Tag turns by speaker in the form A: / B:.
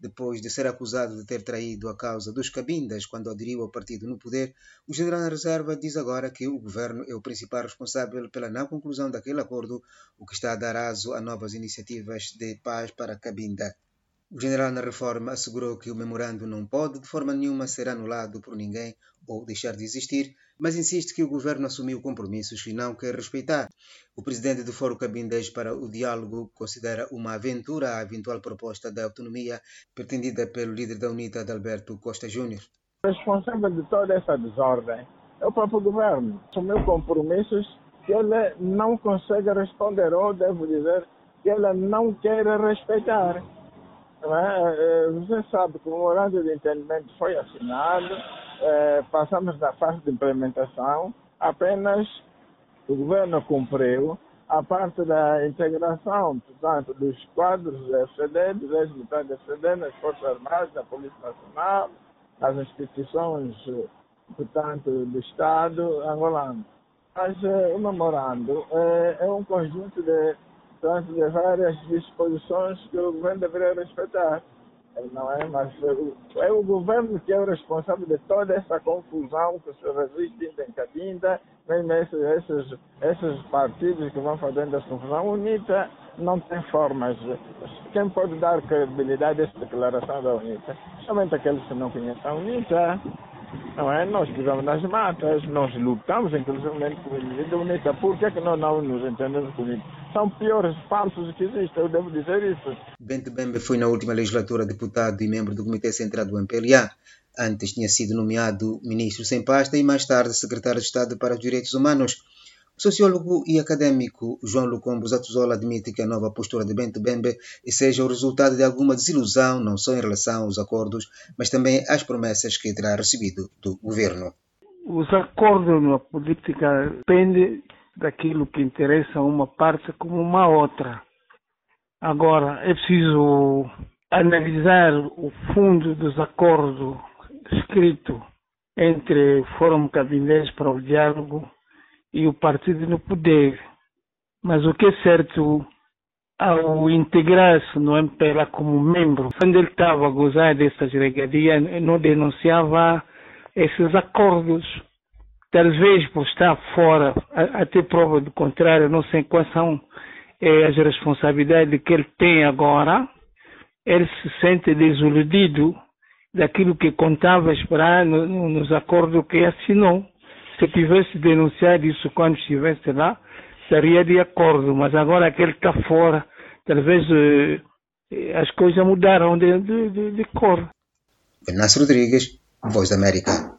A: Depois de ser acusado de ter traído a causa dos cabindas quando aderiu ao partido no poder, o general na reserva diz agora que o governo é o principal responsável pela não conclusão daquele acordo, o que está a dar aso a novas iniciativas de paz para Cabinda. O general na reforma assegurou que o memorando não pode de forma nenhuma ser anulado por ninguém ou deixar de existir, mas insiste que o governo assumiu compromissos e não quer respeitar. O presidente do Fórum Cabindas para o Diálogo considera uma aventura a eventual proposta de autonomia pretendida pelo líder da UNITA, Adalberto Costa Júnior.
B: O responsável de toda essa desordem é o próprio governo. Assumiu compromissos que ele não consegue responder, ou devo dizer, que ele não quer respeitar. Você sabe que o memorando de entendimento foi assinado, passamos da fase de implementação, apenas o governo cumpriu a parte da integração, portanto, dos quadros da FCD, dos ex-militares da FCD, nas Forças Armadas, da Polícia Nacional, as instituições, portanto, do Estado angolano. Mas o memorando é um conjunto de várias disposições que o governo deveria respeitar. Não é? Mas é o governo que é o responsável de toda essa confusão que se resiste em Cabinda, mesmo esses partidos que vão fazendo essa confusão. A UNITA não tem formas. Quem pode dar credibilidade a essa declaração da UNITA? Somente aqueles que não conhecem a UNITA. Não é? Nós vivemos nas matas, nós lutamos inclusive com o indivíduo da UNITA. Por que nós não nos entendemos com isso? São piores falsos que existem, eu devo dizer isso.
A: Bento Bembe foi na última legislatura deputado e membro do Comitê Central do MPLA. Antes tinha sido nomeado ministro sem pasta e mais tarde secretário de Estado para os Direitos Humanos. O sociólogo e académico João Lucombo Zatuzola admite que a nova postura de Bento Bembe seja o resultado de alguma desilusão, não só em relação aos acordos, mas também às promessas que terá recebido do governo.
C: Os acordos na política dependem daquilo que interessa a uma parte como uma outra. Agora, é preciso analisar o fundo dos acordos escritos entre o Fórum Cabindas para o Diálogo e o partido no poder. Mas o que é certo, ao integrar-se no MPLA como membro, quando ele estava a gozar dessas regalias, não denunciava esses acordos. Talvez por estar fora, até prova do contrário, não sei quais são as responsabilidades que ele tem agora, ele se sente desiludido daquilo que contava esperar nos acordos que assinou. Se tivesse denunciado isso quando estivesse lá, estaria de acordo, mas agora que ele está fora, talvez as coisas mudaram de cor.
A: Venâncio Rodrigues, Voz da América.